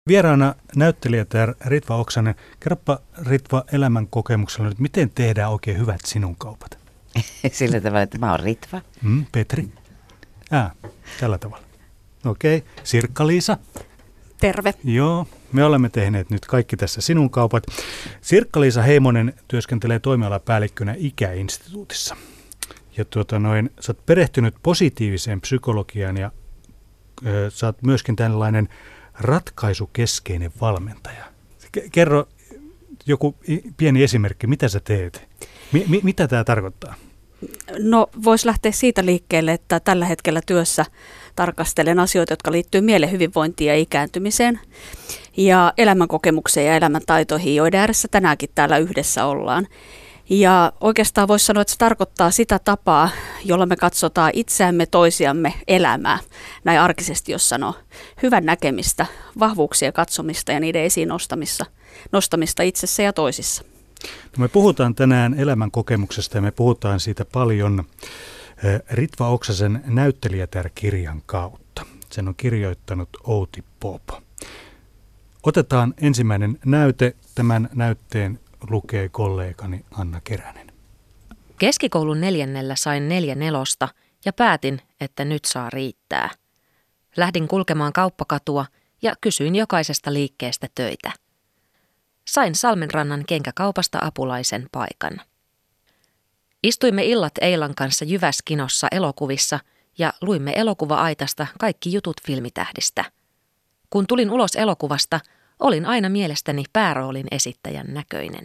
Vieraana näyttelijätär Ritva Oksanen. Kerropa Ritva elämän kokemuksella nyt, miten tehdään oikein hyvät sinun kaupat? Sillä tavalla, että mä oon Ritva. Petri. Tällä tavalla. Okei. Sirkka-Liisa. Terve. Joo, me olemme tehneet nyt kaikki tässä sinun kaupat. Sirkka-Liisa Heimonen työskentelee toimialapäällikkönä Ikäinstituutissa. Ja sä oot perehtynyt positiiviseen psykologiaan ja sä oot myöskin tällainen ratkaisukeskeinen valmentaja. Kerro joku pieni esimerkki, mitä sä teet? Mitä tämä tarkoittaa? No voisi lähteä siitä liikkeelle, että tällä hetkellä työssä tarkastelen asioita, jotka liittyy mielen hyvinvointiin ja ikääntymiseen ja elämänkokemukseen ja elämäntaitoihin, joiden ääressä tänäänkin täällä yhdessä ollaan. Ja oikeastaan voisi sanoa, että se tarkoittaa sitä tapaa, jolla me katsotaan itseämme, toisiamme, elämää, näin arkisesti jos sanoo. Hyvän näkemistä, vahvuuksien katsomista ja niiden esiin nostamista itsessä ja toisissa. No me puhutaan tänään elämän kokemuksesta ja me puhutaan siitä paljon Ritva Oksasen näyttelijätär-kirjan kautta. Sen on kirjoittanut Outi Pop. Otetaan ensimmäinen näyte. Tämän näytteen lukee kollegani Anna Keränen. Keskikoulun 4. sain 4 nelosta ja päätin, että nyt saa riittää. Lähdin kulkemaan kauppakatua ja kysyin jokaisesta liikkeestä töitä. Sain Salmenrannan kenkäkaupasta apulaisen paikan. Istuimme illat Eilan kanssa Jyväskinossa elokuvissa ja luimme elokuva-aitasta kaikki jutut filmitähdistä. Kun tulin ulos elokuvasta, olin aina mielestäni pääroolin esittäjän näköinen.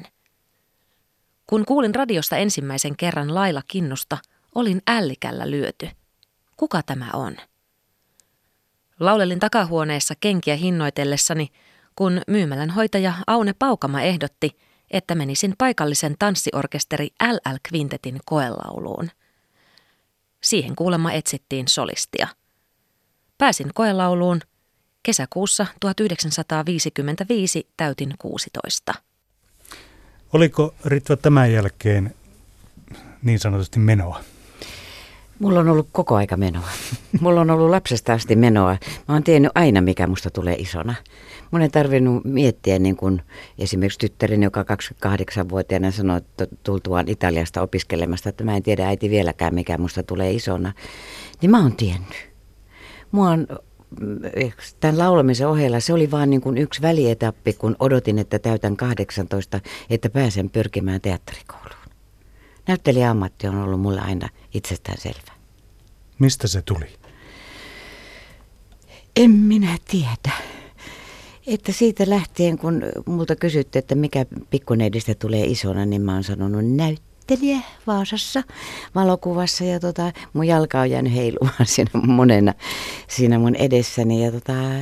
Kun kuulin radiosta ensimmäisen kerran Laila Kinnusta, olin ällikällä lyöty. Kuka tämä on? Laulelin takahuoneessa kenkiä hinnoitellessani, kun myymälän hoitaja Aune Paukama ehdotti, että menisin paikallisen tanssiorkesteri LL Quintetin koelauluun. Siihen kuulemma etsittiin solistia. Pääsin koelauluun. Kesäkuussa 1955 täytin 16. Oliko Ritva tämän jälkeen niin sanotusti menoa? Mulla on ollut koko aika menoa. Mulla on ollut lapsesta asti menoa. Mä oon tiennyt aina, mikä musta tulee isona. Mun ei tarvinnut miettiä, niin kuin esimerkiksi tyttärini, joka 28-vuotiaana sanoi, että tultuaan Italiasta opiskelemasta, että mä en tiedä äiti vieläkään, mikä musta tulee isona. Niin mä oon tiennyt. Tämän laulamisen ohella se oli vaan niin kuin yksi välietappi, kun odotin, että täytän 18, että pääsen pyrkimään teatterikouluun. Näyttelijäammatti on ollut mulle aina itsestäänselvä. Mistä se tuli? En minä tiedä. Että siitä lähtien, kun multa kysyttiin, että mikä pikkuneidistä tulee isona, niin mä oon sanonut näyttelijä Vaasassa valokuvassa. Ja mun jalka on jäänyt heilumaan siinä mun edessäni. Ja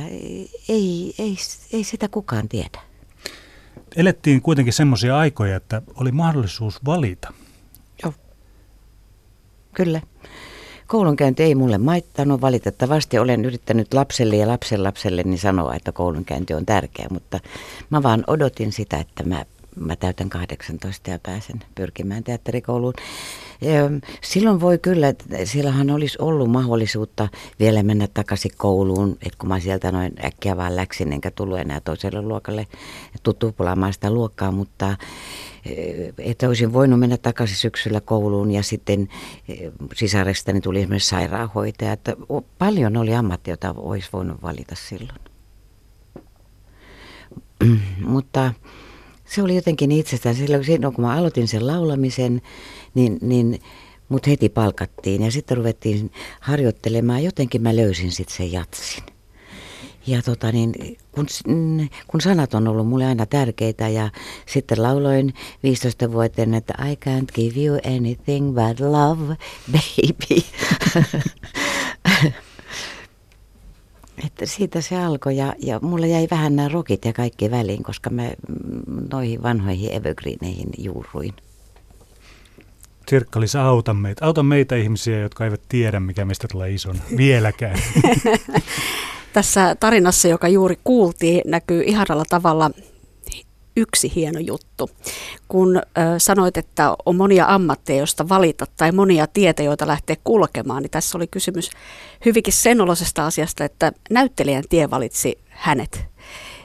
ei sitä kukaan tiedä. Elettiin kuitenkin semmoisia aikoja, että oli mahdollisuus valita. Joo, kyllä. Koulunkäynti ei mulle maittanut. Valitettavasti olen yrittänyt lapselle ja lapsenlapselleni sanoa, että koulunkäynti on tärkeä, mutta mä vaan odotin sitä, että mä täytän 18 ja pääsen pyrkimään teatterikouluun. Silloin voi kyllä, sillähän olisi ollut mahdollisuutta vielä mennä takaisin kouluun, että kun mä sieltä noin äkkiä vaan läksin, enkä tullut enää toiselle luokalle tutupulaamaan sitä luokkaa, mutta että olisin voinut mennä takaisin syksyllä kouluun ja sitten sisarestani tuli esimerkiksi sairaanhoitaja, että paljon oli ammatti, jota olisi voinut valita silloin. Mutta se oli jotenkin itsestään. Silloin kun mä aloitin sen laulamisen, niin mut heti palkattiin ja sitten ruvettiin harjoittelemaan. Jotenkin mä löysin sitten sen jatsin. Ja kun sanat on ollut mulle aina tärkeitä ja sitten lauloin 15-vuotiaana, että I can't give you anything but love, baby. Että siitä se alkoi ja mulla jäi vähän nämä rockit ja kaikki väliin, koska mä noihin vanhoihin evergreeneihin juurruin. Sirkka-Liisa, auta meitä ihmisiä, jotka eivät tiedä, mikä meistä tulee isona vieläkään. Tässä tarinassa, joka juuri kuultiin, näkyy ihanalla tavalla yksi hieno juttu. Kun sanoit, että on monia ammatteja, joista valita tai monia tietä, joita lähtee kulkemaan, niin tässä oli kysymys hyvinkin sen oloisesta asiasta, että näyttelijän tie valitsi hänet.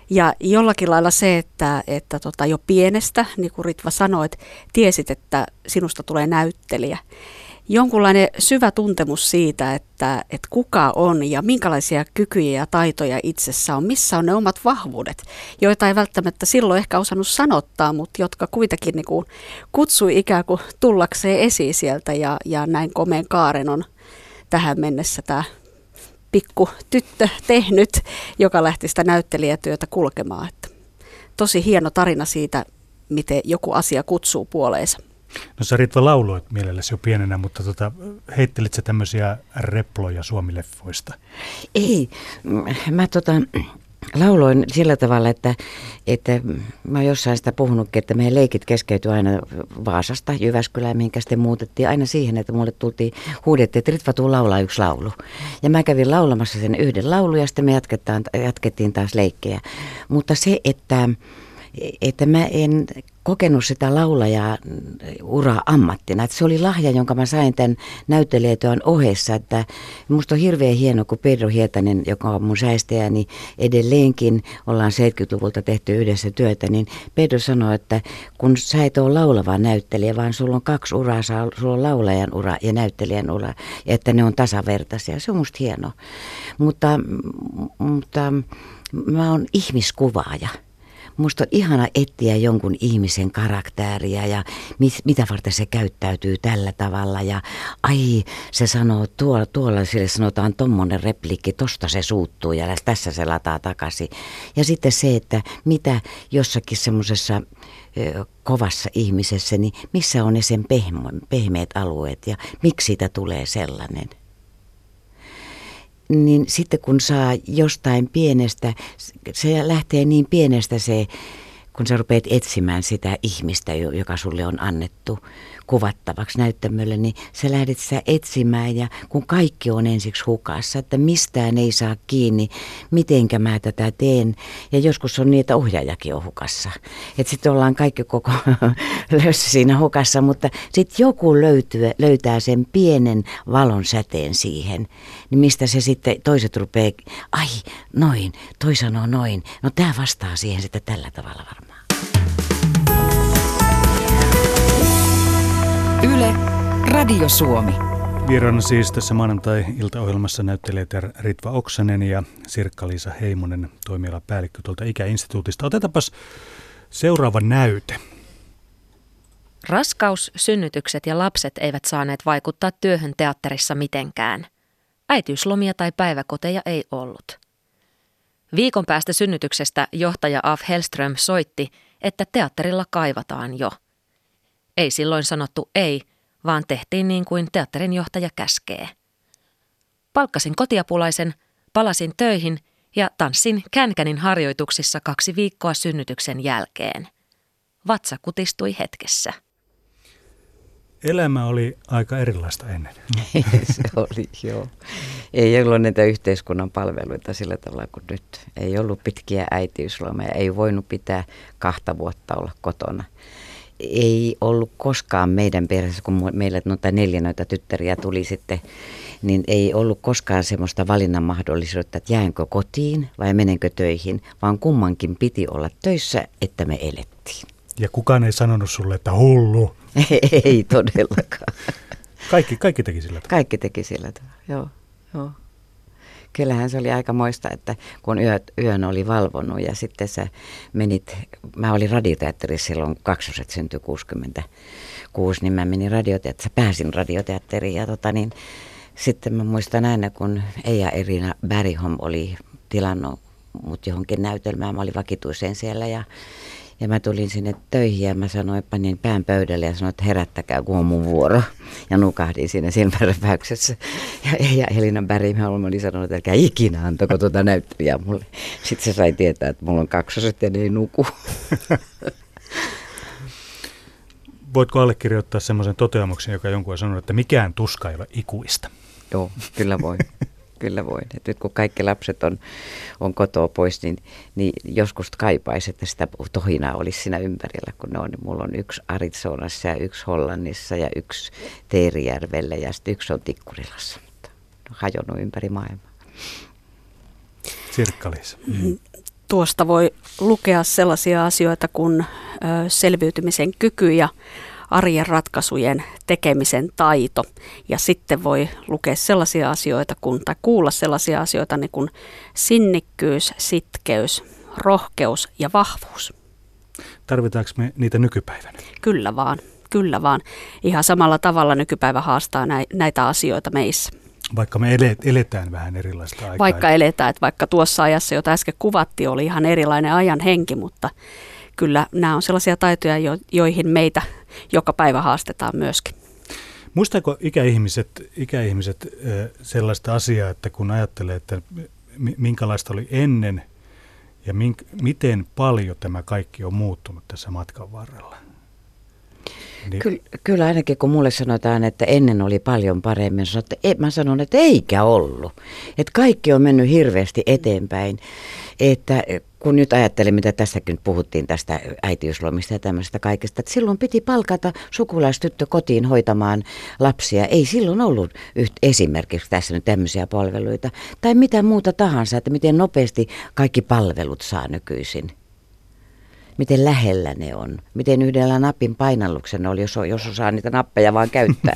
Ja jollakin lailla se, että jo pienestä, niin kuin Ritva sanoi, että tiesit, että sinusta tulee näyttelijä. Jonkunlainen syvä tuntemus siitä, että kuka on ja minkälaisia kykyjä ja taitoja itsessä on, missä on ne omat vahvuudet, joita ei välttämättä silloin ehkä osannut sanottaa, mutta jotka kuitenkin niin kuin kutsui ikään kuin tullakseen esiin sieltä ja näin komeen kaaren on tähän mennessä tämä pikku tyttö tehnyt, joka lähti sitä näyttelijätyötä kulkemaan. Että tosi hieno tarina siitä, miten joku asia kutsuu puoleensa. No sä Ritva lauloit mielelläsi jo pienenä, mutta heittelit sä tämmöisiä reploja Suomi-leffoista? Ei, mä lauloin sillä tavalla, että mä oon jossain sitä puhunutkin, että meidän leikit keskeytyi aina Vaasasta Jyväskylään, mihinkä sitten muutettiin aina siihen, että mulle huudettiin, että Ritva, tuu laulaa yksi laulu. Ja mä kävin laulamassa sen yhden laulun ja sitten me jatkettiin taas leikkejä. Mutta se, että mä en kokenut sitä laulajaa uraa ammattina. Että se oli lahja, jonka mä sain tämän näyttelijätyön ohessa. Että musta on hirveän hieno, kun Pedro Hietanen, joka on mun säistäjäni, edelleenkin ollaan 70-luvulta tehty yhdessä työtä, niin Pedro sanoi, että kun sä et ole laulava näyttelijä, vaan sulla on kaksi uraa, sulla on laulajan ura ja näyttelijän ura, ja että ne on tasavertaisia. Se on musta hieno. Mutta mä oon ihmiskuvaaja. Musta on ihana etsiä jonkun ihmisen karaktääriä ja mitä varten se käyttäytyy tällä tavalla. Ja se sanoo, tuolla sille sanotaan tommonen repliikki, tosta se suuttuu ja tässä se lataa takaisin. Ja sitten se, että mitä jossakin semmoisessa kovassa ihmisessä, niin missä on ne sen pehmeät alueet ja miksi siitä tulee sellainen. Niin sitten kun saa jostain pienestä, se lähtee niin pienestä se, kun sä rupeat etsimään sitä ihmistä, joka sulle on annettu kuvattavaksi näyttämölle, niin sä lähdet sitä etsimään ja kun kaikki on ensiksi hukassa, että mistään ei saa kiinni, mitenkä mä tätä teen. Ja joskus on niin, että ohjaajakin on hukassa. Että sitten ollaan kaikki koko lössä siinä hukassa, mutta sitten joku löytää sen pienen valon säteen siihen, niin mistä se sitten toiset rupeaa, noin, toi sanoo noin. No tää vastaa siihen sitten tällä tavalla varmaan. Yle, Radio Suomi. Vieraana siis tässä maanantai-iltaohjelmassa näyttelijät Ritva Oksanen ja Sirkka-Liisa Heimonen, toimialapäällikkö tuolta Ikäinstituutista. Otetaanpas seuraava näyte. Raskaus, synnytykset ja lapset eivät saaneet vaikuttaa työhön teatterissa mitenkään. Äitiyslomia tai päiväkoteja ei ollut. Viikon päästä synnytyksestä johtaja Af Hellström soitti, että teatterilla kaivataan jo. Ei silloin sanottu ei, vaan tehtiin niin kuin teatterin johtaja käskee. Palkkasin kotiapulaisen, palasin töihin ja tanssin Känkänin harjoituksissa 2 viikkoa synnytyksen jälkeen. Vatsa kutistui hetkessä. Elämä oli aika erilaista ennen. Se oli, joo. Ei ollut näitä yhteiskunnan palveluita sillä tavalla kuin nyt. Ei ollut pitkiä äitiyslomia, ei voinut pitää 2 vuotta olla kotona. Ei ollut koskaan meidän perheessä, kun meillä noita 4 tyttäriä tuli sitten, niin ei ollut koskaan semmoista valinnan mahdollisuutta, että jäänkö kotiin vai menenkö töihin, vaan kummankin piti olla töissä, että me elettiin. Ja kukaan ei sanonut sulle, että hullu. Ei todellakaan. Kaikki teki sillä tavalla. Kaikki teki sillä tavalla, joo. Kyllähän se oli aika moista, että kun yön oli valvonut ja sitten sä menit, mä olin radioteatterissa silloin, kaksoset syntyi 66, niin mä menin pääsin radioteatteriin ja sitten mä muistan aina, kun Eija-Elina Bergholm oli tilannut mut johonkin näytelmään, mä olin vakituiseen siellä ja mä tulin sinne töihin ja mä panin pään pöydälle ja sanoin, että herättäkää, kun on mun vuoro. Ja nukahdin siinä silmänräpäyksessä. Ja Elina Bergholm oli sanonut, että älkää ikinä antako tuota näyttelijää mulle. Sitten se sai tietää, että mulla on 2 ja ne ei nuku. Voitko allekirjoittaa semmoisen toteamuksen, joka jonkun on sanonut, että mikään tuska ei ole ikuista? Joo, kyllä voi. Kyllä voin. Et nyt kun kaikki lapset on kotoa pois, niin joskus kaipaisi, että sitä tohinaa olisi siinä ympärillä, kun ne on. Mulla on 1 Arizonassa ja 1 Hollannissa ja 1 Teerijärvellä ja sitten 1 on Tikkurilassa. Mutta on hajonnut ympäri maailmaa. Sirkka-Liisa. tuosta voi lukea sellaisia asioita kuin selviytymisen kyky ja arjen ratkaisujen tekemisen taito. Ja sitten voi lukea sellaisia asioita tai kuulla sellaisia asioita niin kuin sinnikkyys, sitkeys, rohkeus ja vahvuus. Tarvitaanko me niitä nykypäivänä? Kyllä vaan, kyllä vaan. Ihan samalla tavalla nykypäivä haastaa näitä asioita meissä. Vaikka me eletään vähän erilaista aikaa. Vaikka eletään, että vaikka tuossa ajassa, jota äsken kuvattiin, oli ihan erilainen ajan henki, mutta kyllä nämä on sellaisia taitoja, joihin meitä joka päivä haastetaan myöskin. Muistaako ikäihmiset sellaista asiaa, että kun ajattelee, että minkälaista oli ennen ja miten paljon tämä kaikki on muuttunut tässä matkan varrella? Niin. Kyllä ainakin kun mulle sanotaan, että ennen oli paljon paremmin, mä sanon, että eikä ollut. Että kaikki on mennyt hirveästi eteenpäin. Että kun nyt ajattelin, mitä tässäkin puhuttiin tästä äitiyslomista ja tämmöistä kaikesta, että silloin piti palkata sukulaistyttö kotiin hoitamaan lapsia. Ei silloin ollut esimerkiksi tässä nyt tämmöisiä palveluita. Tai mitä muuta tahansa, että miten nopeasti kaikki palvelut saa nykyisin. Miten lähellä ne on. Miten yhdellä napin painalluksen oli, jos osaa niitä nappeja vaan käyttää.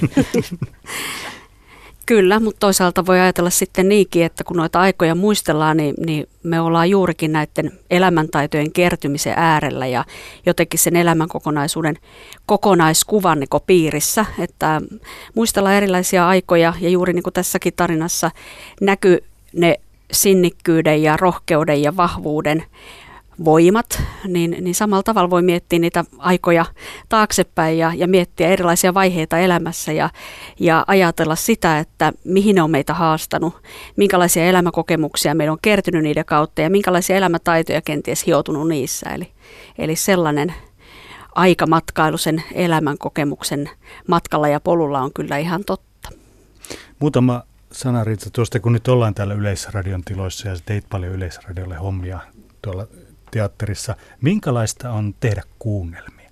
Kyllä, mutta toisaalta voi ajatella sitten niinkin, että kun noita aikoja muistellaan, niin me ollaan juurikin näiden elämäntaitojen kertymisen äärellä ja jotenkin sen elämänkokonaisuuden kokonaiskuvan niin piirissä. Että muistellaan erilaisia aikoja ja juuri niin kuin tässäkin tarinassa näkyy ne sinnikkyyden ja rohkeuden ja vahvuuden voimat, niin samalla tavalla voi miettiä niitä aikoja taaksepäin ja miettiä erilaisia vaiheita elämässä ja ajatella sitä, että mihin ne on meitä haastanut, minkälaisia elämäkokemuksia meillä on kertynyt niiden kautta ja minkälaisia elämätaitoja kenties hioutunut niissä. Eli sellainen aikamatkailu sen elämänkokemuksen matkalla ja polulla on kyllä ihan totta. Muutama sana, Riitta, tuosta kun nyt ollaan täällä Yleisradion tiloissa ja teit paljon Yleisradiolle hommia tuolla teatterissa. Minkälaista on tehdä kuunnelmia?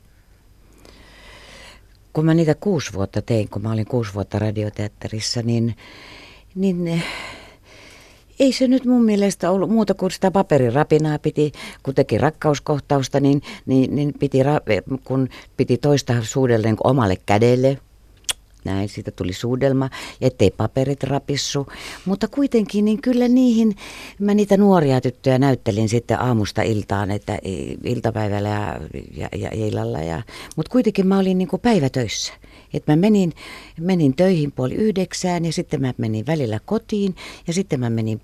Kun mä niitä 6 vuotta tein, kun mä olin 6 vuotta radioteatterissa, niin ei se nyt mun mielestä ollut muuta kuin sitä paperirapinaa piti, kun teki rakkauskohtausta, niin kun piti toistaa suudelleen omalle kädelle. Näin, siitä tuli suudelma, ettei paperit rapissu. Mutta kuitenkin, niin kyllä mä niitä nuoria tyttöjä näyttelin sitten aamusta iltaan, että iltapäivällä ja illalla. Mutta kuitenkin mä olin niin kuin päivätöissä. Että mä menin töihin 8:30 ja sitten mä menin välillä kotiin ja sitten mä menin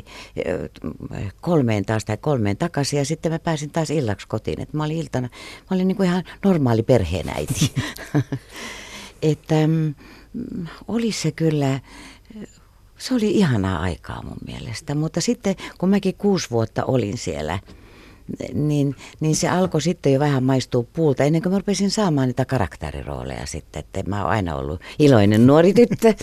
2:30 taas tai 3 takaisin ja sitten mä pääsin taas illaksi kotiin. Että mä olin niin kuin ihan normaali perheenäiti. Että oli se kyllä, se oli ihanaa aikaa mun mielestä, mutta sitten kun mäkin 6 vuotta olin siellä, niin se alkoi sitten jo vähän maistua puulta ennen kuin mä rupesin saamaan niitä karakterirooleja sitten, että mä oon aina ollut iloinen nuori tyttö.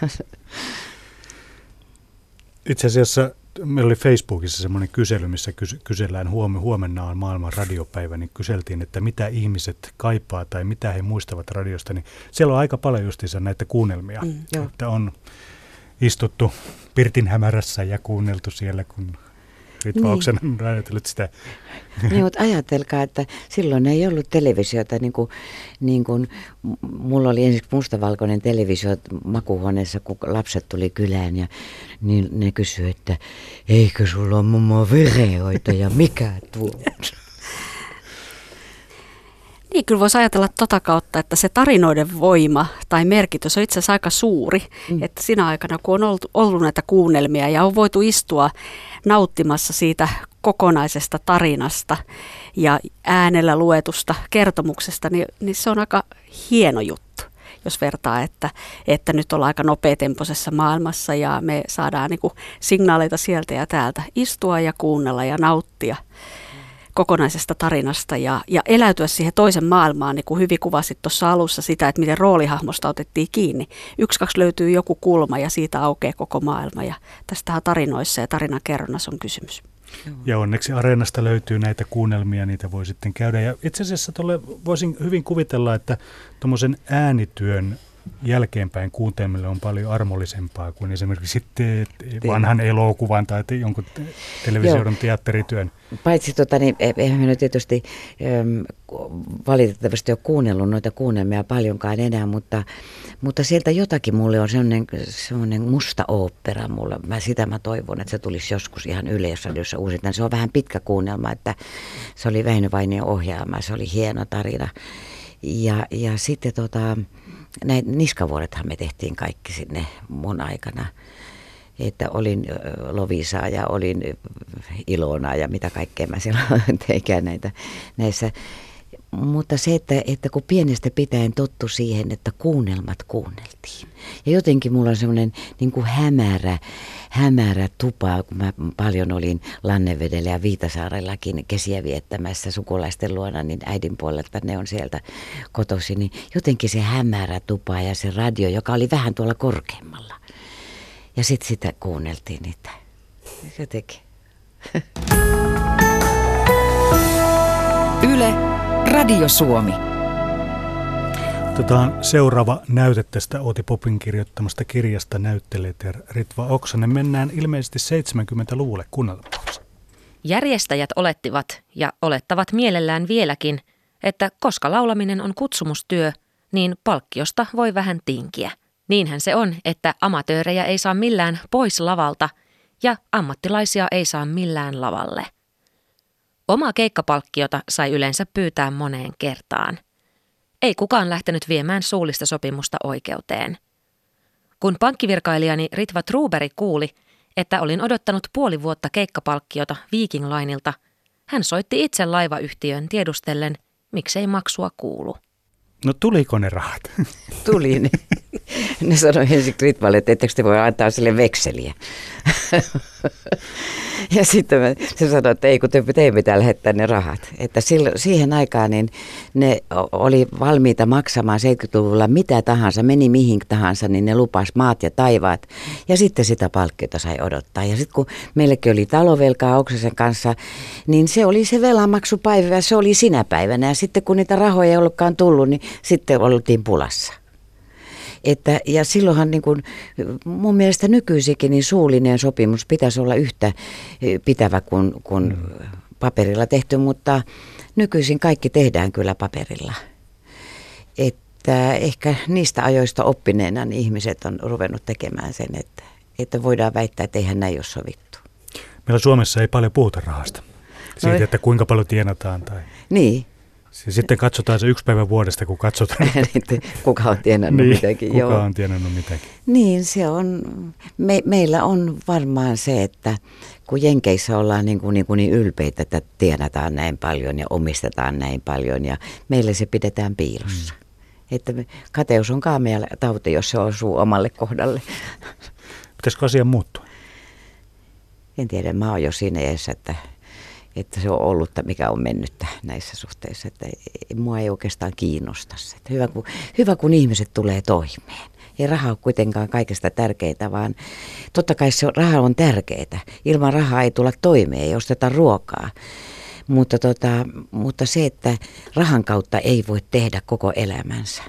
Itse asiassa meillä oli Facebookissa semmoinen kysely, missä kysellään huomenna on maailman radiopäivä, niin kyseltiin, että mitä ihmiset kaipaa tai mitä he muistavat radiosta, niin siellä on aika paljon justiinsa näitä kuunnelmia, että on istuttu pirtin hämärässä ja kuunneltu siellä, kun Ritva Oksanen on ajatellut sitä. Niin, mutta ajatelkaa, että silloin ei ollut televisiota, niin kuin mulla oli ensiksi mustavalkoinen televisio makuuhuoneessa, kun lapset tuli kylään ja niin ne kysyi, että eikö sulla ole mummo videoita ja mikä tuo? Niin, kyllä voisi ajatella tota kautta, että se tarinoiden voima tai merkitys on itse asiassa aika suuri. Että siinä aikana, kun on ollut näitä kuunnelmia ja on voitu istua nauttimassa siitä kokonaisesta tarinasta ja äänellä luetusta kertomuksesta, niin se on aika hieno juttu, jos vertaa, että nyt ollaan aika nopeatempoisessa maailmassa ja me saadaan niin kuin signaaleita sieltä ja täältä istua ja kuunnella ja nauttia kokonaisesta tarinasta ja eläytyä siihen toisen maailmaan, niin kuin hyvin kuvasit tuossa alussa sitä, että miten roolihahmosta otettiin kiinni. 1-2 löytyy joku kulma ja siitä aukeaa koko maailma ja tästähän tarinoissa ja tarinankerronnassa on kysymys. Ja onneksi Areenasta löytyy näitä kuunnelmia, niitä voi sitten käydä. Ja itse asiassa voisin hyvin kuvitella, että tuommoisen äänityön jälkeenpäin kuunteleminen on paljon armollisempaa kuin esimerkiksi sitten vanhan elokuvan tai jonkun television teatterityön. Paitsi eihän minä tietysti valitettavasti ole kuunnellut noita kuunnelmia paljonkaan enää, mutta sieltä jotakin mulle on semmoinen musta ooppera mulla. Sitä mä toivon, että se tulisi joskus ihan Yleisradiossa uusitaan. Se on vähän pitkä kuunnelma, että se oli Väinö Vainion ohjaama, se oli hieno tarina. Ja sitten näin Niskavuorethan me tehtiin kaikki sinne mun aikana. Että olin Lovisaa ja olin Ilonaa ja mitä kaikkea mä silloin teikään näissä. Mutta se, että kun pienestä pitäen tottu siihen, että kuunnelmat kuunneltiin. Ja jotenkin mulla on semmoinen niin kuin hämärä tupa, kun mä paljon olin Lannevedellä ja Viitasaarellakin kesiä viettämässä sukulaisten luona, niin äidin puolelta ne on sieltä kotoisin. Niin jotenkin se hämärä tupa ja se radio, joka oli vähän tuolla korkeammalla. Ja sitten sitä kuunneltiin niitä. Jotenkin. Yle, Radio Suomi. Otetaan seuraava näyte tästä Outi Popin kirjoittamasta kirjasta Näyttelijät ja Ritva Oksanen. Mennään ilmeisesti 70-luvulle. Kuunnellaan. Järjestäjät olettivat ja olettavat mielellään vieläkin, että koska laulaminen on kutsumustyö, niin palkkiosta voi vähän tinkiä. Niinhän se on, että amatöörejä ei saa millään pois lavalta ja ammattilaisia ei saa millään lavalle. Omaa keikkapalkkiota sai yleensä pyytää moneen kertaan. Ei kukaan lähtenyt viemään suullista sopimusta oikeuteen. Kun pankkivirkailijani Ritva Truberi kuuli, että olin odottanut puoli vuotta keikkapalkkiota Viking Lineilta, hän soitti itse laivayhtiön tiedustellen, miksei maksua kuulu. No tuliko ne rahat? Tuli ne. Ne sanoi ensin Ritvalle, että ettekö te voi antaa sille vekseliä. Ja sitten se sanoi, että ei kun teidän pitää lähettää ne rahat. Että siihen aikaan niin ne oli valmiita maksamaan 70-luvulla mitä tahansa, meni mihin tahansa, niin ne lupasi maat ja taivaat. Ja sitten sitä palkkiota sai odottaa. Ja sitten kun meilläkin oli talovelkaa Oksasen kanssa, niin se oli se velanmaksupäivä ja se oli sinä päivänä. Ja sitten kun niitä rahoja ei ollutkaan tullut, niin sitten oltiin pulassa. Ja silloinhan niin kuin, mun mielestä nykyisinkin niin suullinen sopimus pitäisi olla yhtä pitävä kuin paperilla tehty, mutta nykyisin kaikki tehdään kyllä paperilla. Että ehkä niistä ajoista oppineena niin ihmiset on ruvennut tekemään sen, että voidaan väittää, että eihän näin ole sovittu. Meillä Suomessa ei paljon puhuta rahasta. Siitä, että kuinka paljon tienataan. Tai... Niin. Sitten katsotaan se yksi päivä vuodesta, kun katsotaan. Kuka on tienannut mitäkin. Kuka on tienannut mitäkin. Niin, se on. Meillä on varmaan se, että kun Jenkeissä ollaan niin ylpeitä, että tienataan näin paljon ja omistetaan näin paljon ja meille se pidetään piilossa. Että kateus on kaamea tauti, jos se osuu omalle kohdalle. Pitäisikö asian muuttua? En tiedä, mä oon jo siinä eessä, että se on ollut, mikä on mennyttä näissä suhteissa. Että mua ei oikeastaan kiinnosta se. Hyvä, kun ihmiset tulee toimeen. Ei raha ole kuitenkaan kaikesta tärkeintä, vaan totta kai se raha on tärkeää. Ilman rahaa ei tulla toimeen, ei osteta ruokaa. Mutta se, että rahan kautta ei voi tehdä koko elämänsä.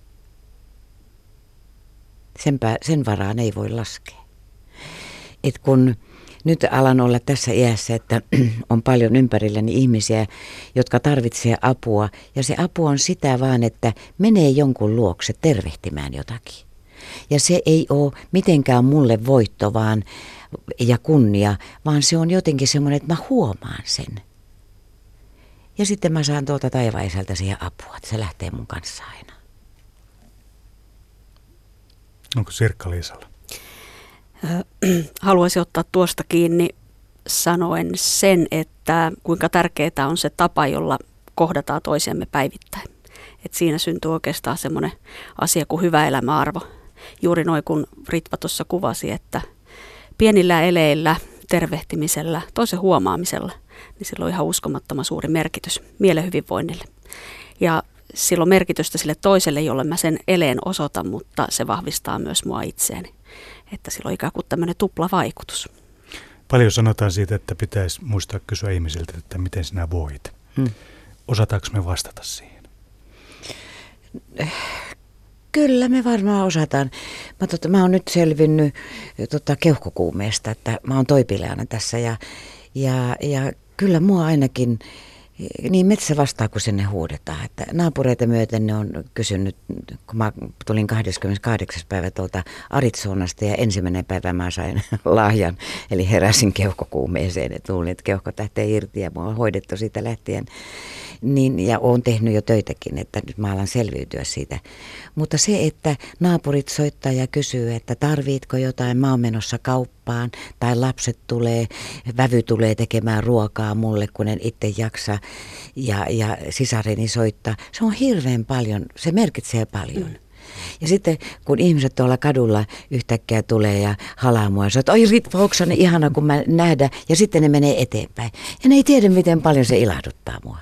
Sen varaan ei voi laskea. Et kun nyt alan olla tässä iässä, että on paljon ympärilläni ihmisiä, jotka tarvitsee apua. Ja se apu on sitä vaan, että menee jonkun luokse tervehtimään jotakin. Ja se ei ole mitenkään mulle voitto ja kunnia, vaan se on jotenkin semmoinen, että mä huomaan sen. Ja sitten mä saan tuolta taivaisältä siihen apua, että se lähtee mun kanssa aina. Onko Sirkka-Liisalla? Haluaisin ottaa tuosta kiinni sanoen sen, että kuinka tärkeää on se tapa, jolla kohdataan toisiamme päivittäin. Et siinä syntyy oikeastaan semmoinen asia kuin hyvä elämäarvo. Juuri noin kun Ritva tuossa kuvasi, että pienillä eleillä, tervehtimisellä, toisen huomaamisella, niin sillä on ihan uskomattoman suuri merkitys mielen hyvinvoinnille. Ja sillä on merkitystä sille toiselle, jolle mä sen eleen osoitan, mutta se vahvistaa myös mua itseäni. Että sillä on ikään kuin tämmöinen tuplavaikutus. Paljon sanotaan siitä, että pitäisi muistaa kysyä ihmisiltä, että miten sinä voit. Osataanko me vastata siihen? Kyllä me varmaan osataan. Mä oon nyt selvinnyt keuhkokuumeesta, että mä oon toipilaana tässä ja kyllä mua ainakin niin metsä vastaa, kun sinne huudetaan. Että naapureita myöten ne on kysynyt, kun mä tulin 28. päivä tuolta Arizonasta ja ensimmäinen päivä mä sain lahjan, eli heräsin keuhkokuumeeseen. Et luulin, että keuhko lähtee irti ja mua on hoidettu siitä lähtien. Niin, ja olen tehnyt jo töitäkin, että nyt mä alan selviytyä siitä. Mutta se, että naapurit soittaa ja kysyy, että tarvitko jotain, mä oon menossa kauppaan, tai lapset tulee, vävy tulee tekemään ruokaa mulle, kun en itse jaksa, ja sisareni soittaa. Se on hirveän paljon, se merkitsee paljon. Ja sitten kun ihmiset tuolla kadulla yhtäkkiä tulee ja halaa mua ja sanoo, että oi Ritva Oksanen, ihana kun mä nähdään, ja sitten ne menee eteenpäin. Ja ne ei tiedä, miten paljon se ilahduttaa mua.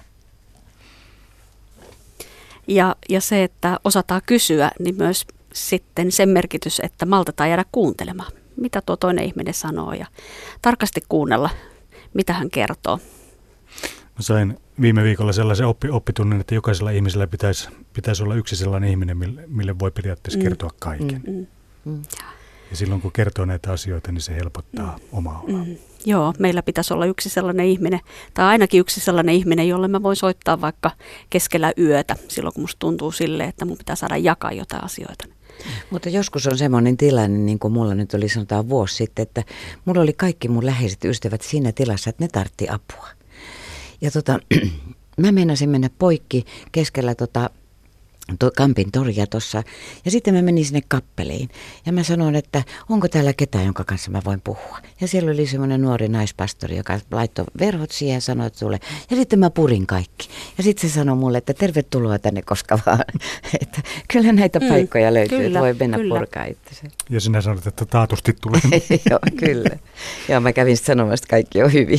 Ja se, että osataan kysyä, niin myös sitten sen merkitys, että maltetaan jäädä kuuntelemaan, mitä tuo toinen ihminen sanoo ja tarkasti kuunnella, mitä hän kertoo. Mä sain viime viikolla sellaisen oppitunnin, että jokaisella ihmisellä pitäisi olla yksi sellainen ihminen, mille voi periaatteessa kertoa kaiken. Ja silloin kun kertoo näitä asioita, niin se helpottaa omaa oloa. Joo, meillä pitäisi olla yksi sellainen ihminen, tai ainakin yksi sellainen ihminen, jolle mä voin soittaa vaikka keskellä yötä, silloin kun musta tuntuu silleen, että mun pitää saada jakaa jotain asioita. Mutta joskus on semmoinen tilanne, niin kuin mulla nyt oli sanotaan vuosi sitten, että mulla oli kaikki mun läheiset ystävät siinä tilassa, että ne tartti apua. Ja mä meinasin mennä poikki keskellä Kampin toria tuossa. Ja sitten mä menin sinne kappeliin. Ja mä sanoin, että onko täällä ketään, jonka kanssa mä voin puhua. Ja siellä oli semmoinen nuori naispastori, joka laittoi verhot siihen ja sanoi, että sulle. Ja sitten mä purin kaikki. Ja sitten se sanoi mulle, että tervetuloa tänne koska vaan. Että kyllä näitä paikkoja löytyy, kyllä, että voi mennä purkaa itsensä. Ja sinä sanoit, että taatusti tulee. Joo, kyllä. Ja mä kävin sanomassa, että kaikki on hyvin.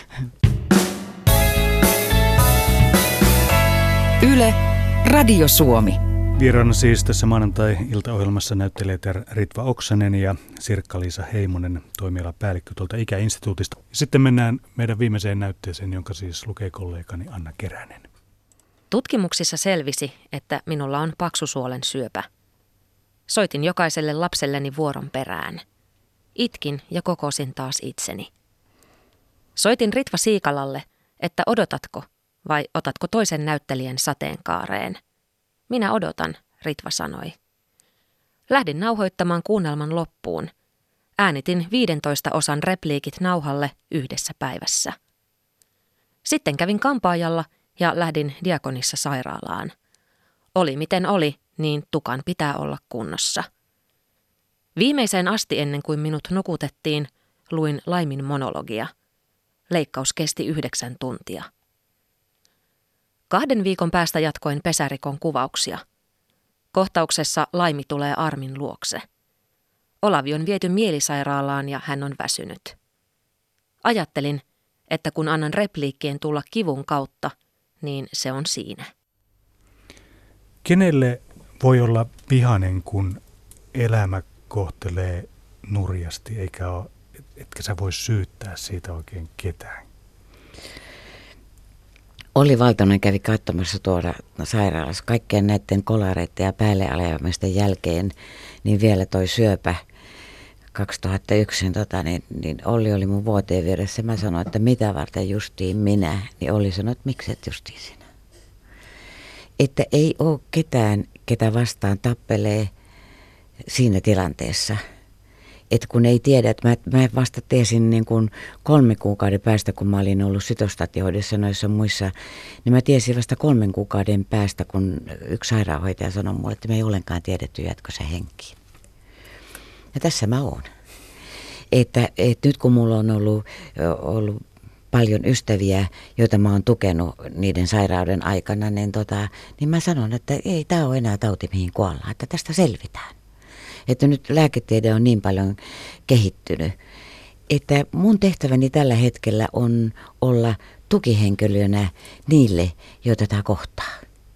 Yle Radio Suomi. Vieraana siis tässä maanantai-iltaohjelmassa näyttelijät Ritva Oksanen ja Sirkka-Liisa Heimonen, toimialapäällikkö tuolta Ikäinstituutista. Sitten mennään meidän viimeiseen näytteeseen, jonka siis lukee kollegani Anna Keränen. Tutkimuksissa selvisi, että minulla on paksusuolen syöpä. Soitin jokaiselle lapselleni vuoron perään. Itkin ja kokosin taas itseni. Soitin Ritva Siikalalle, että odotatko vai otatko toisen näyttelijän sateenkaareen. Minä odotan, Ritva sanoi. Lähdin nauhoittamaan kuunnelman loppuun. Äänitin 15 osan repliikit nauhalle yhdessä päivässä. Sitten kävin kampaajalla ja lähdin Diakonissa sairaalaan. Oli miten oli, niin tukan pitää olla kunnossa. Viimeiseen asti ennen kuin minut nukutettiin, luin Laimin monologia. Leikkaus kesti 9 tuntia. 2 viikon päästä jatkoin pesärikon kuvauksia. Kohtauksessa Laimi tulee Armin luokse. Olavi on viety mielisairaalaan ja hän on väsynyt. Ajattelin, että kun annan repliikkien tulla kivun kautta, niin se on siinä. Kenelle voi olla vihainen, kun elämä kohtelee nurjasti, etkä sä voi syyttää siitä oikein ketään? Olli Valtonen kävi katsomassa tuolla sairaalassa kaikkien näiden kolareiden ja päälle ajamisten jälkeen, niin vielä toi syöpä 2001, niin Olli oli mun vuoteen vieressä. Mä sanoin, että mitä varten justiin minä, niin Olli sanoi, että miksi et justiin sinä. Että ei ole ketään, ketä vastaan tappelee siinä tilanteessa. Että kun ei tiedä, että mä vasta tiesin niin kuin 3 kuukauden päästä, kun mä olin ollut sytostaatiohoidossa noissa muissa, niin mä tiesin vasta 3 kuukauden päästä, kun yksi sairaanhoitaja sanoi mulle, että me ei ollenkaan tiedetty, jatko se henkiin. Ja tässä mä oon. Että nyt kun mulla on ollut paljon ystäviä, joita mä oon tukenut niiden sairauden aikana, niin mä sanon, että ei tää ole enää tauti, mihin kuollaan, että tästä selvitään. Että nyt lääketiede on niin paljon kehittynyt, että mun tehtäväni tällä hetkellä on olla tukihenkilönä niille, joita tämä kohtaa.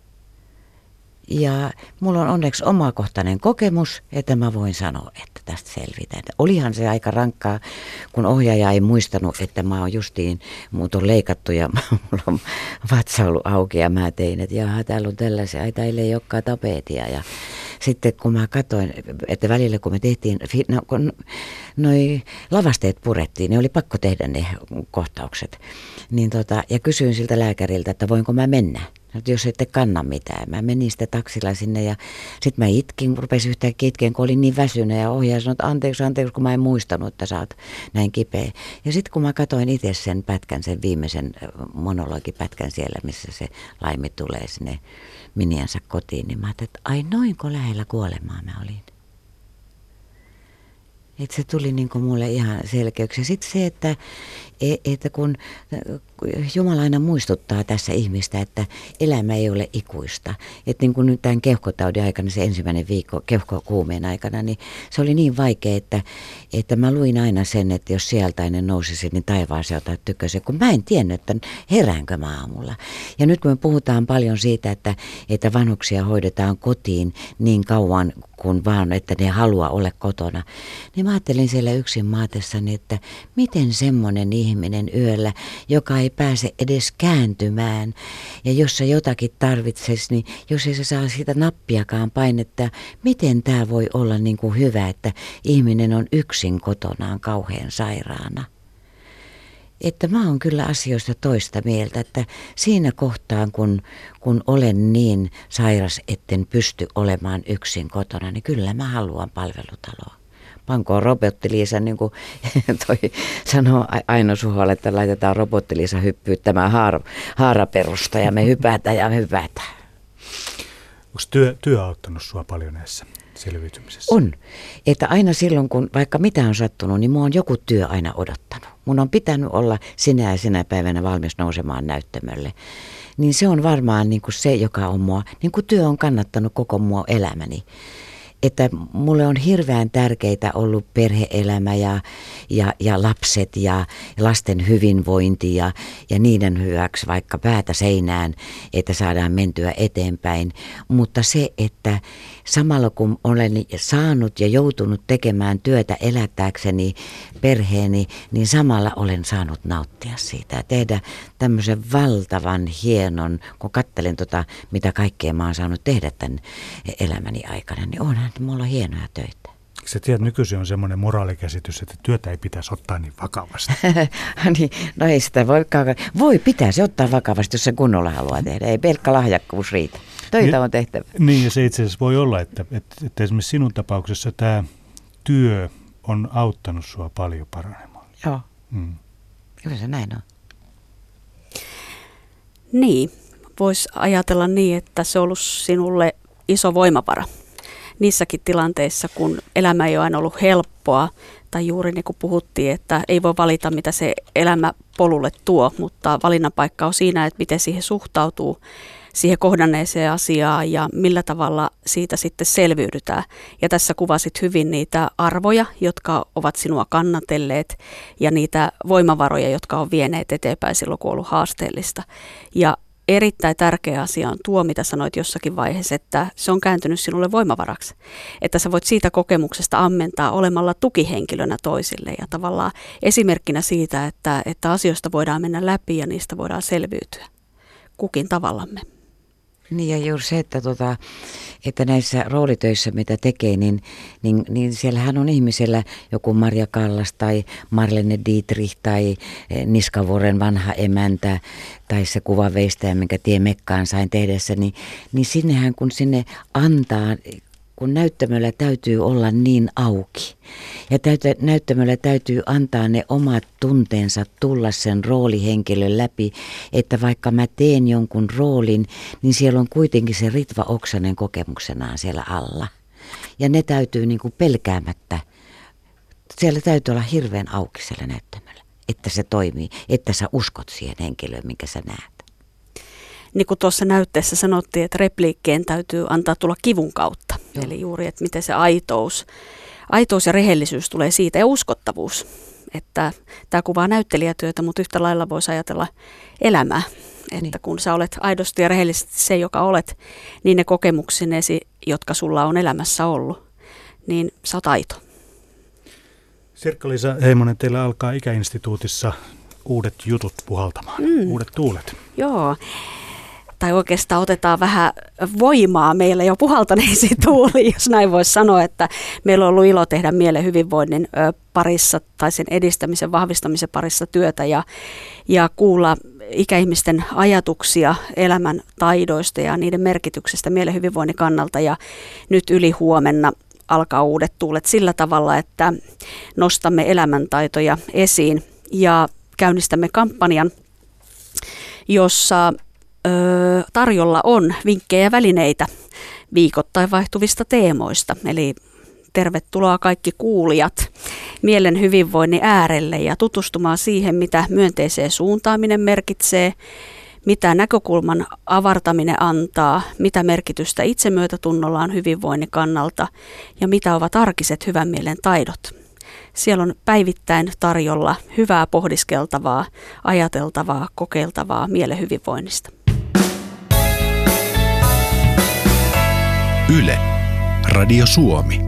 Ja mulla on onneksi omakohtainen kokemus, että mä voin sanoa, että tästä selvitään. Olihan se aika rankkaa, kun ohjaaja ei muistanut, että mä oon justiin, mut on leikattu ja mulla on vatsa ollut auki ja mä tein, että jaha, täällä on tällaisia, ai täällä ei olekaan tapetia. Ja sitten kun mä katsoin, että välillä kun me tehtiin, noi lavasteet purettiin, ne oli pakko tehdä ne kohtaukset. Niin ja kysyin siltä lääkäriltä, että voinko mä mennä. Jos ette kanna mitään. Mä menin sitten taksilla sinne ja sitten mä rupesin yhtäkkiä itkeen, kun olin niin väsynyt ja ohjaaja sanoi, että anteeksi, kun mä en muistanut, että sä oot näin kipeä. Ja sitten kun mä katsoin itse sen pätkän, sen viimeisen monologipätkän siellä, missä se Laimi tulee sinne miniänsä kotiin, niin mä ajattelin, että ai noinko lähellä kuolemaa mä olin. Että se tuli niin kuin mulle ihan selkeäksi. Ja sitten se, että kun Jumala aina muistuttaa tässä ihmistä, että elämä ei ole ikuista. Että niin kuin nyt tämän keuhkotaudin aikana, se ensimmäinen viikko keuhkokuumeen aikana, niin se oli niin vaikea, että mä luin aina sen, että jos sieltäinen nousisi, niin taivaaseen ota tykösen. Kun mä en tiennyt, että heräänkö mä aamulla. Ja nyt kun me puhutaan paljon siitä, että vanhuksia hoidetaan kotiin niin kauan kuin vaan, että ne haluaa olla kotona, niin mä ajattelin siellä yksin maatessani, että miten semmoinen ihminen yöllä, joka ei pääse edes kääntymään ja jos sä jotakin tarvitsesi, niin jos ei se saa siitä nappiakaan painetta, miten tämä voi olla niin kuin hyvä, että ihminen on yksin kotonaan kauhean sairaana. Että mä oon kyllä asioista toista mieltä, että siinä kohtaa, kun olen niin sairas, etten pysty olemaan yksin kotona, niin kyllä mä haluan palvelutaloa. Pankoon Robotti-Liisa, niin kuin toi sanoo Aino Suholle, että laitetaan Robotti-Liisa hyppyyttämään haaraperusta ja me hypätään. Onko työ auttanut sua paljon näissä selviytymisessä? On. Että aina silloin, kun vaikka mitä on sattunut, niin mua on joku työ aina odottanut. Mun on pitänyt olla sinä ja sinä päivänä valmis nousemaan näyttämölle. Niin se on varmaan niin kuin se, joka on mua, niin kuin työ on kannattanut koko mua elämäni. Että mulle on hirveän tärkeitä ollut perhe-elämä ja lapset ja lasten hyvinvointi ja niiden hyväksi vaikka päätä seinään, että saadaan mentyä eteenpäin. Mutta se, että samalla kun olen saanut ja joutunut tekemään työtä elättääkseni perheeni, niin samalla olen saanut nauttia siitä ja tehdä tämmöisen valtavan hienon, kun katselen mitä kaikkea mä oon saanut tehdä tämän elämäni aikana, niin onhan mulla on hienoja töitä. Sä tiedät, nykyisin on semmoinen moraalikäsitys, että työtä ei pitäisi ottaa niin vakavasti. Niin, no ei sitä pitää se ottaa vakavasti, jos se kunnolla haluaa tehdä. Ei pelkkä lahjakkuus riitä. Töitä on tehtävä. Niin, ja se itse asiassa voi olla, että esimerkiksi sinun tapauksessa tämä työ on auttanut sua paljon paranemaan. Joo, kyllä se näin on. Niin, voisi ajatella niin, että se on ollut sinulle iso voimavara. Niissäkin tilanteissa, kun elämä ei ole aina ollut helppoa, tai juuri niin kuin puhuttiin, että ei voi valita, mitä se elämä polulle tuo, mutta valinnan paikka on siinä, että miten siihen suhtautuu, siihen kohdanneeseen asiaan ja millä tavalla siitä sitten selviydytään. Ja tässä kuvasit hyvin niitä arvoja, jotka ovat sinua kannatelleet ja niitä voimavaroja, jotka on vieneet eteenpäin silloin, kun on ollut haasteellista. Ja erittäin tärkeä asia on tuo, mitä sanoit jossakin vaiheessa, että se on kääntynyt sinulle voimavaraksi. Että sä voit siitä kokemuksesta ammentaa olemalla tukihenkilönä toisille ja tavallaan esimerkkinä siitä, että asioista voidaan mennä läpi ja niistä voidaan selviytyä kukin tavallamme. Niin ja juuri se, että näissä roolitöissä, mitä tekee, niin siellähän on ihmisellä joku Marja Kallas tai Marlene Dietrich tai Niskavuoren vanha emäntä tai se kuvanveistäjä, minkä Tie Mekkaan sain tehdessä, niin sinnehän kun sinne antaa, kun näyttämöllä täytyy olla niin auki ja näyttämöllä täytyy antaa ne omat tunteensa tulla sen roolihenkilön läpi, että vaikka mä teen jonkun roolin, niin siellä on kuitenkin se Ritva Oksanen kokemuksenaan siellä alla. Ja ne täytyy niin kuin pelkäämättä, siellä täytyy olla hirveän auki siellä näyttämöllä, että se toimii, että sä uskot siihen henkilöön, minkä sä näet. Niin kuin tuossa näytteessä sanottiin, että repliikkeen täytyy antaa tulla kivun kautta. Joo. Eli juuri, että miten se aitous ja rehellisyys tulee siitä ja uskottavuus. Että tämä kuvaa näyttelijätyötä, mutta yhtä lailla voisi ajatella elämää. Että kun sä olet aidosti ja rehellisesti se, joka olet, niin ne kokemuksinesi, jotka sulla on elämässä ollut, niin sä oot aito. Sirkka-Liisa Heimonen, teillä alkaa Ikäinstituutissa uudet jutut puhaltamaan, uudet tuulet. Joo. tai oikeastaan otetaan vähän voimaa meillä jo puhaltaneisiin tuuliin, jos näin voisi sanoa, että meillä on ollut ilo tehdä mielen hyvinvoinnin parissa tai sen edistämisen, vahvistamisen parissa työtä ja kuulla ikäihmisten ajatuksia elämän taidoista ja niiden merkityksestä mielen hyvinvoinnin kannalta. Ja nyt yli huomenna alkaa uudet tuulet sillä tavalla, että nostamme elämäntaitoja esiin ja käynnistämme kampanjan, jossa tarjolla on vinkkejä ja välineitä viikoittain vaihtuvista teemoista. Eli tervetuloa kaikki kuulijat mielen hyvinvoinnin äärelle ja tutustumaan siihen, mitä myönteiseen suuntaaminen merkitsee, mitä näkökulman avartaminen antaa, mitä merkitystä itsemyötätunnolla on hyvinvoinnin kannalta ja mitä ovat arkiset hyvän mielen taidot. Siellä on päivittäin tarjolla hyvää pohdiskeltavaa, ajateltavaa, kokeiltavaa mielen hyvinvoinnista. Yle, Radio Suomi.